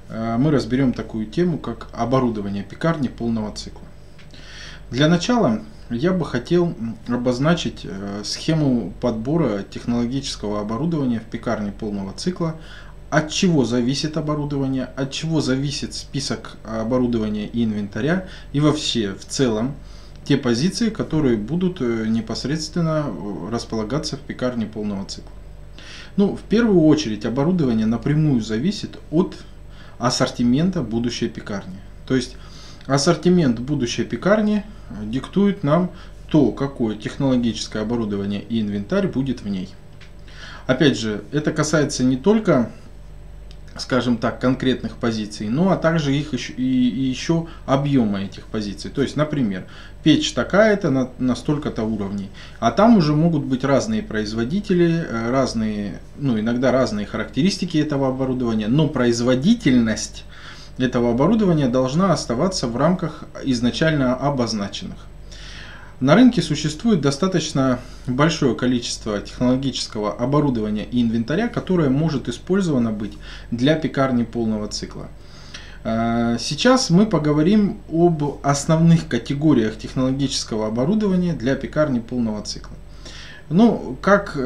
мы разберем такую тему, как оборудование пекарни полного цикла. Для начала я бы хотел обозначить схему подбора технологического оборудования в пекарне полного цикла, от чего зависит оборудование, от чего зависит список оборудования и инвентаря, и вообще в целом те позиции, которые будут непосредственно располагаться в пекарне полного цикла. В первую очередь оборудование напрямую зависит от ассортимента будущей пекарни. То есть ассортимент будущей пекарни диктует нам то, какое технологическое оборудование и инвентарь будет в ней. Опять же, это касается не только, скажем так, конкретных позиций, но а также их еще объема этих позиций. То есть, например, печь такая-то на столько-то уровней, а там уже могут быть разные производители, иногда разные характеристики этого оборудования, но производительность этого оборудования должна оставаться в рамках изначально обозначенных. На рынке существует достаточно большое количество технологического оборудования и инвентаря, которое может использовано быть для пекарни полного цикла. Сейчас мы поговорим об основных категориях технологического оборудования для пекарни полного цикла. Как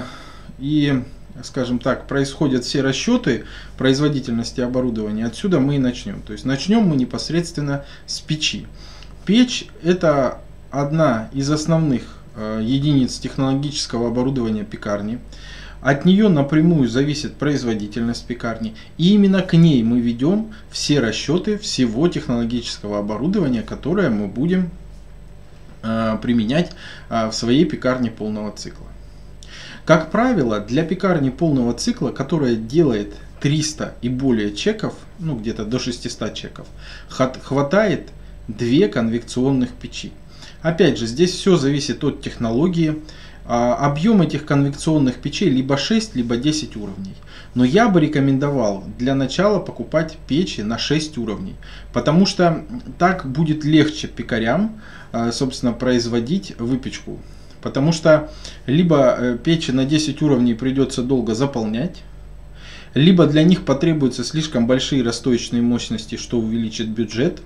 скажем так, происходят все расчеты производительности оборудования, отсюда мы и начнем. То есть начнем мы непосредственно с печи. Печь – это одна из основных единиц технологического оборудования пекарни. От нее напрямую зависит производительность пекарни. И именно к ней мы ведем все расчеты всего технологического оборудования, которое мы будем применять в своей пекарне полного цикла. Как правило, для пекарни полного цикла, которая делает 300 и более чеков, где-то до 600 чеков, хватает 2 конвекционных печи. Опять же, здесь все зависит от технологии. Объем этих конвекционных печей либо 6, либо 10 уровней. Но я бы рекомендовал для начала покупать печи на 6 уровней, потому что так будет легче пекарям, собственно, производить выпечку. Потому что либо печи на 10 уровней придется долго заполнять, либо для них потребуются слишком большие расстоечные мощности, что увеличит бюджет.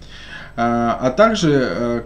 А также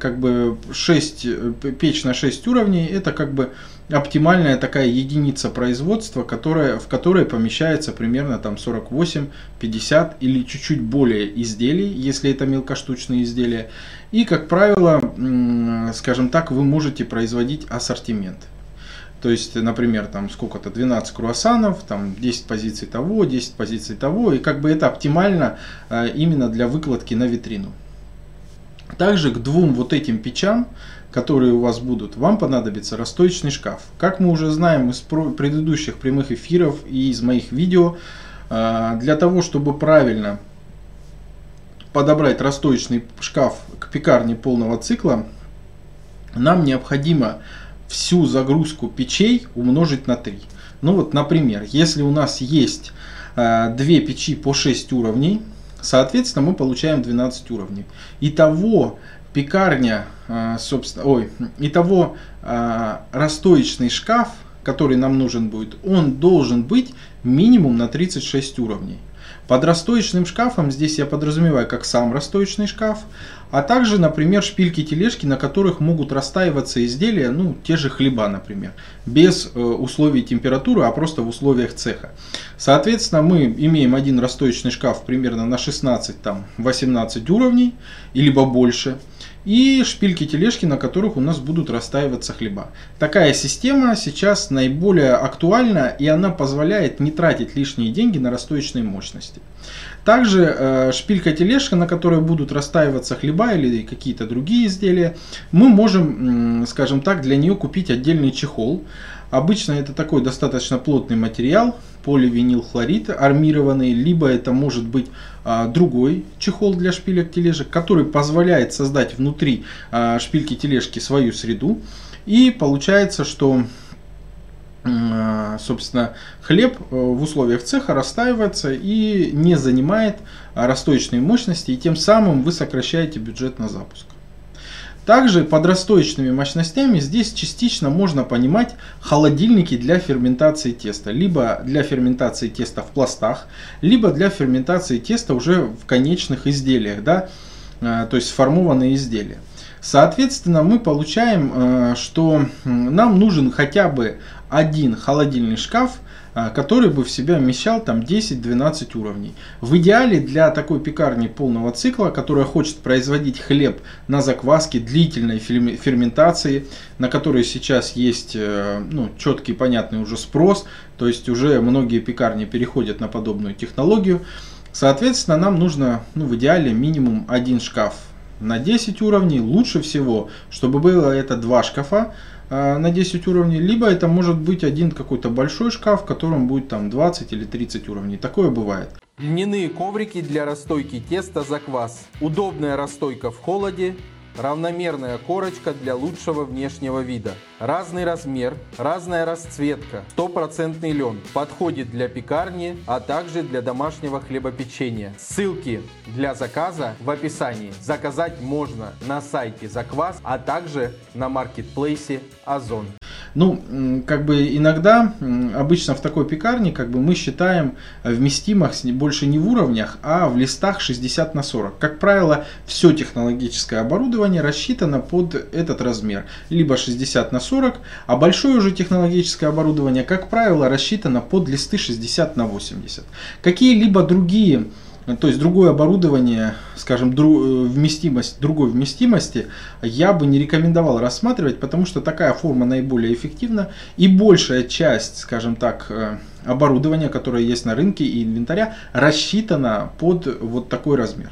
печь на 6 уровней это оптимальная такая единица производства, в которой помещается примерно 48, 50 или чуть-чуть более изделий, если это мелкоштучные изделия. И, как правило, скажем так, вы можете производить ассортимент. То есть, например, 12 круассанов, 10 позиций того, 10 позиций того. И это оптимально именно для выкладки на витрину. Также к двум этим печам, которые у вас будут, вам понадобится расстоечный шкаф. Как мы уже знаем из предыдущих прямых эфиров и из моих видео, для того, чтобы правильно подобрать расстоечный шкаф к пекарне полного цикла, нам необходимо всю загрузку печей умножить на 3. Например, если у нас есть 2 печи по 6 уровней, соответственно, мы получаем 12 уровней. Итого расстоечный шкаф, который нам нужен будет, он должен быть минимум на 36 уровней. Под расстоечным шкафом здесь я подразумеваю как сам расстоечный шкаф, а также, например, шпильки-тележки, на которых могут расстаиваться изделия, те же хлеба, например, без условий температуры, а просто в условиях цеха. Соответственно, мы имеем один расстоечный шкаф примерно на 16-18 уровней, либо больше, и шпильки-тележки, на которых у нас будут расстаиваться хлеба. Такая система сейчас наиболее актуальна, и она позволяет не тратить лишние деньги на расстоечные мощности. Также шпилька-тележка, на которой будут расстаиваться хлеба или какие-то другие изделия, мы можем, скажем так, для нее купить отдельный чехол. Обычно это такой достаточно плотный материал, поливинилхлорид армированный, либо это может быть другой чехол для шпилек-тележек, который позволяет создать внутри шпильки-тележки свою среду. И получается, что собственно, хлеб в условиях цеха расстаивается и не занимает расстоечные мощности, и тем самым вы сокращаете бюджет на запуск. Также под расстоечными мощностями здесь частично можно понимать холодильники для ферментации теста. Либо для ферментации теста в пластах, либо для ферментации теста уже в конечных изделиях, да, то есть сформованные изделия. Соответственно, мы получаем, что нам нужен хотя бы один холодильный шкаф, который бы в себя вмещал там 10-12 уровней. В идеале для такой пекарни полного цикла, которая хочет производить хлеб на закваске длительной ферментации, на которой сейчас есть четкий понятный уже спрос, то есть уже многие пекарни переходят на подобную технологию. Соответственно, нам нужно в идеале минимум один шкаф на 10 уровней. Лучше всего, чтобы было это 2 шкафа на 10 уровней, либо это может быть один какой-то большой шкаф, в котором будет там 20 или 30 уровней. Такое бывает. Льняные коврики для расстойки теста заквас. Удобная расстойка в холоде. Равномерная корочка для лучшего внешнего вида. Разный размер, разная расцветка. 100% лен. Подходит для пекарни, а также для домашнего хлебопечения. Ссылки для заказа в описании. Заказать можно на сайте Заквас, а также на маркетплейсе Озон. Иногда, обычно в такой пекарне, мы считаем вместимость больше не в уровнях, а в листах 60 на 40. Как правило, все технологическое оборудование рассчитано под этот размер, либо 60 на 40, а большое уже технологическое оборудование, как правило, рассчитано под листы 60 на 80. Какие-либо другие, то есть другое оборудование, скажем, другой вместимости я бы не рекомендовал рассматривать, потому что такая форма наиболее эффективна, и большая часть, скажем так, оборудования, которое есть на рынке и инвентаря, рассчитана под вот такой размер.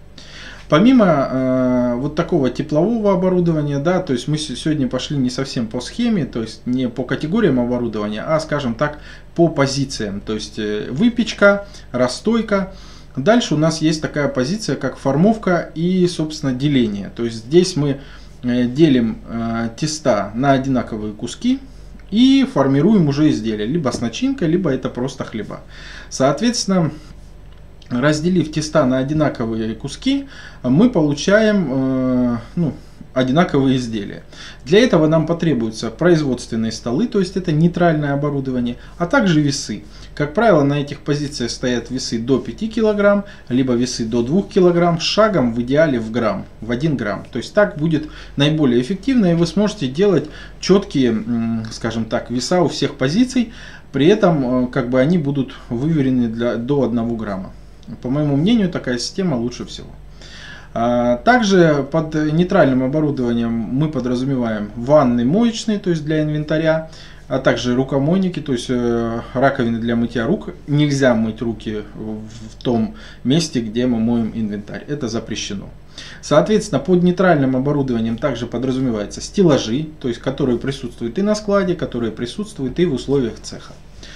Помимо вот такого теплового оборудования, да, то есть мы сегодня пошли не совсем по схеме, то есть не по категориям оборудования, а, скажем так, по позициям, то есть выпечка, расстойка. Дальше у нас есть такая позиция, как формовка и, собственно, деление. То есть здесь мы делим теста на одинаковые куски и формируем уже изделие, либо с начинкой, либо это просто хлеба. Соответственно, разделив теста на одинаковые куски, мы получаем одинаковые изделия. Для этого нам потребуются производственные столы, то есть это нейтральное оборудование, а также весы. Как правило, на этих позициях стоят весы до 5 кг, либо весы до 2 кг, с шагом в идеале в 1 грамм. То есть так будет наиболее эффективно, и вы сможете делать четкие, скажем так, веса у всех позиций, при этом они будут выверены до 1 грамма. По моему мнению, такая система лучше всего. Также под нейтральным оборудованием мы подразумеваем ванны моечные, то есть для инвентаря, а также рукомойники, то есть раковины для мытья рук. Нельзя мыть руки в том месте, где мы моем инвентарь. Это запрещено. Соответственно, под нейтральным оборудованием также подразумеваются стеллажи, то есть которые присутствуют и на складе, которые присутствуют и в условиях цеха.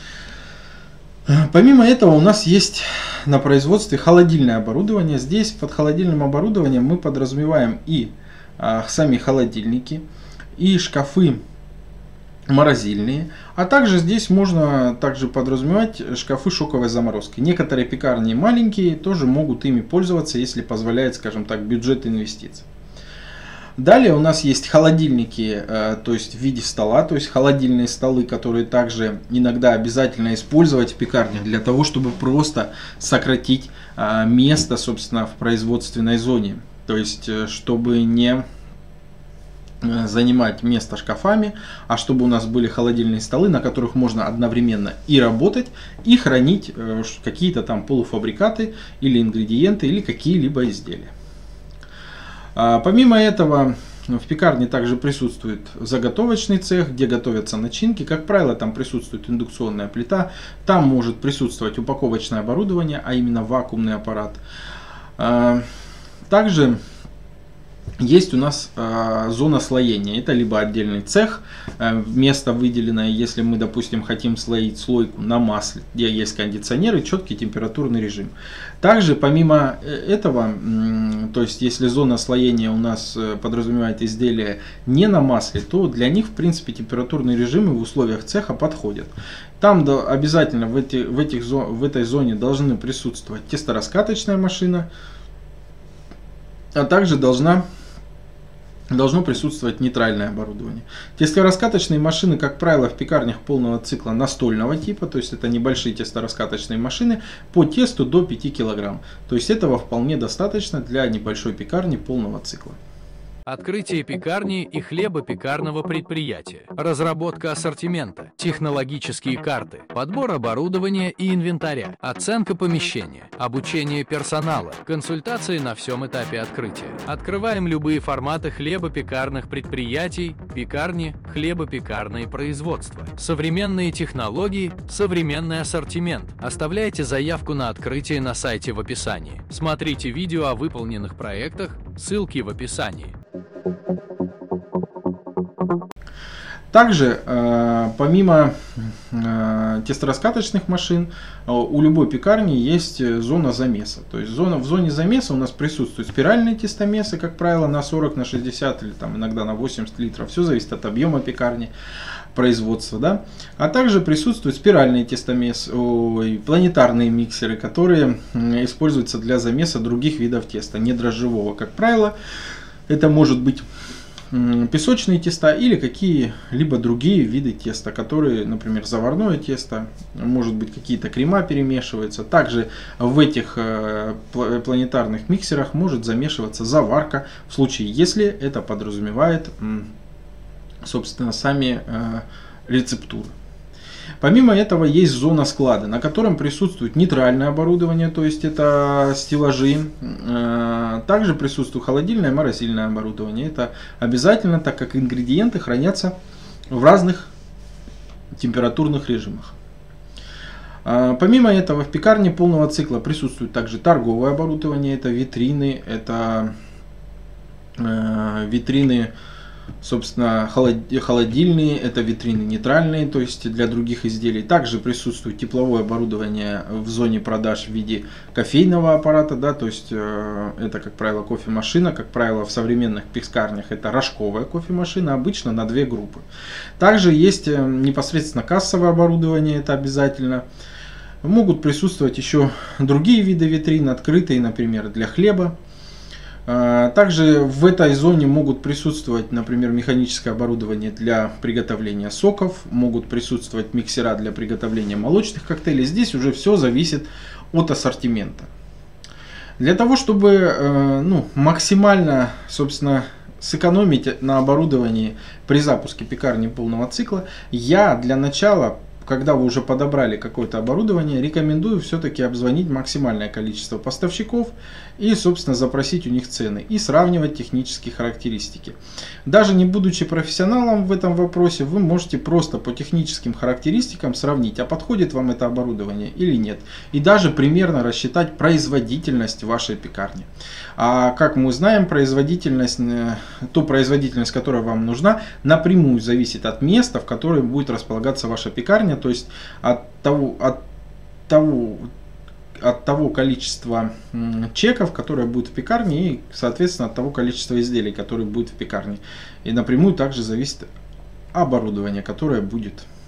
Помимо этого у нас есть на производстве холодильное оборудование. Здесь под холодильным оборудованием мы подразумеваем и сами холодильники, и шкафы морозильные, а также здесь можно также подразумевать шкафы шоковой заморозки. Некоторые пекарни маленькие тоже могут ими пользоваться, если позволяет, скажем так, бюджет инвестиций. Далее у нас есть холодильники, то есть в виде стола, то есть холодильные столы, которые также иногда обязательно использовать в пекарне для того, чтобы просто сократить место, собственно, в производственной зоне. То есть, чтобы не занимать место шкафами, а чтобы у нас были холодильные столы, на которых можно одновременно и работать, и хранить какие-то там полуфабрикаты или ингредиенты, или какие-либо изделия. Помимо этого, в пекарне также присутствует заготовочный цех, где готовятся начинки. Как правило, там присутствует индукционная плита, там может присутствовать упаковочное оборудование, а именно вакуумный аппарат. Также есть у нас зона слоения. Это либо отдельный цех, место выделенное, если мы, допустим, хотим слоить слойку на масле, где есть кондиционер и четкий температурный режим. Также помимо этого, то есть если зона слоения у нас подразумевает изделия не на масле, то для них в принципе температурные режимы в условиях цеха подходят. Там обязательно в этой зоне должны присутствовать тестораскаточная машина, а также должна должно присутствовать нейтральное оборудование. Тестораскаточные машины, как правило, в пекарнях полного цикла настольного типа, то есть это небольшие тестораскаточные машины по тесту до 5 кг. То есть этого вполне достаточно для небольшой пекарни полного цикла. Открытие пекарни и хлебопекарного предприятия, разработка ассортимента, технологические карты, подбор оборудования и инвентаря, оценка помещения, обучение персонала, консультации на всем этапе открытия. Открываем любые форматы хлебопекарных предприятий, пекарни, хлебопекарные производства. Современные технологии, современный ассортимент. Оставляйте заявку на открытие на сайте в описании. Смотрите видео о выполненных проектах, ссылки в описании. Также, помимо тестораскаточных машин, у любой пекарни есть зона замеса. То есть в зоне замеса у нас присутствуют спиральные тестомесы, как правило, на 40, на 60 или там, иногда на 80 литров. Все зависит от объема пекарни, производства. Да? А также присутствуют спиральные тестомесы, планетарные миксеры, которые используются для замеса других видов теста, не дрожжевого. Как правило, это может быть песочные теста или какие-либо другие виды теста, которые, например, заварное тесто, может быть, какие-то крема перемешиваются. Также в этих планетарных миксерах может замешиваться заварка, в случае, если это подразумевает, собственно, сами рецептуры. Помимо этого есть зона склада, на котором присутствует нейтральное оборудование, то есть это стеллажи. Также присутствует холодильное и морозильное оборудование. Это обязательно, так как ингредиенты хранятся в разных температурных режимах. Помимо этого в пекарне полного цикла присутствует также торговое оборудование. Это витрины, собственно, холодильные, это витрины нейтральные, то есть для других изделий. Также присутствует тепловое оборудование в зоне продаж в виде кофейного аппарата, да, то есть это, как правило, кофемашина, как правило, в современных пекарнях это рожковая кофемашина, обычно на 2 группы. Также есть непосредственно кассовое оборудование, это обязательно. Могут присутствовать еще другие виды витрин, открытые, например, для хлеба. Также в этой зоне могут присутствовать, например, механическое оборудование для приготовления соков, могут присутствовать миксера для приготовления молочных коктейлей. Здесь уже все зависит от ассортимента. Для того, чтобы максимально, собственно, сэкономить на оборудовании при запуске пекарни полного цикла, я для начала, когда вы уже подобрали какое-то оборудование, рекомендую все-таки обзвонить максимальное количество поставщиков и, собственно, запросить у них цены и сравнивать технические характеристики. Даже не будучи профессионалом в этом вопросе, вы можете просто по техническим характеристикам сравнить, а подходит вам это оборудование или нет. И даже примерно рассчитать производительность вашей пекарни. А как мы знаем, производительность, которая вам нужна, напрямую зависит от места, в котором будет располагаться ваша пекарня, то есть от того количества чеков, которое будет в пекарне, и, соответственно, от того количества изделий, которые будет в пекарне. И напрямую также зависит оборудование, которое будет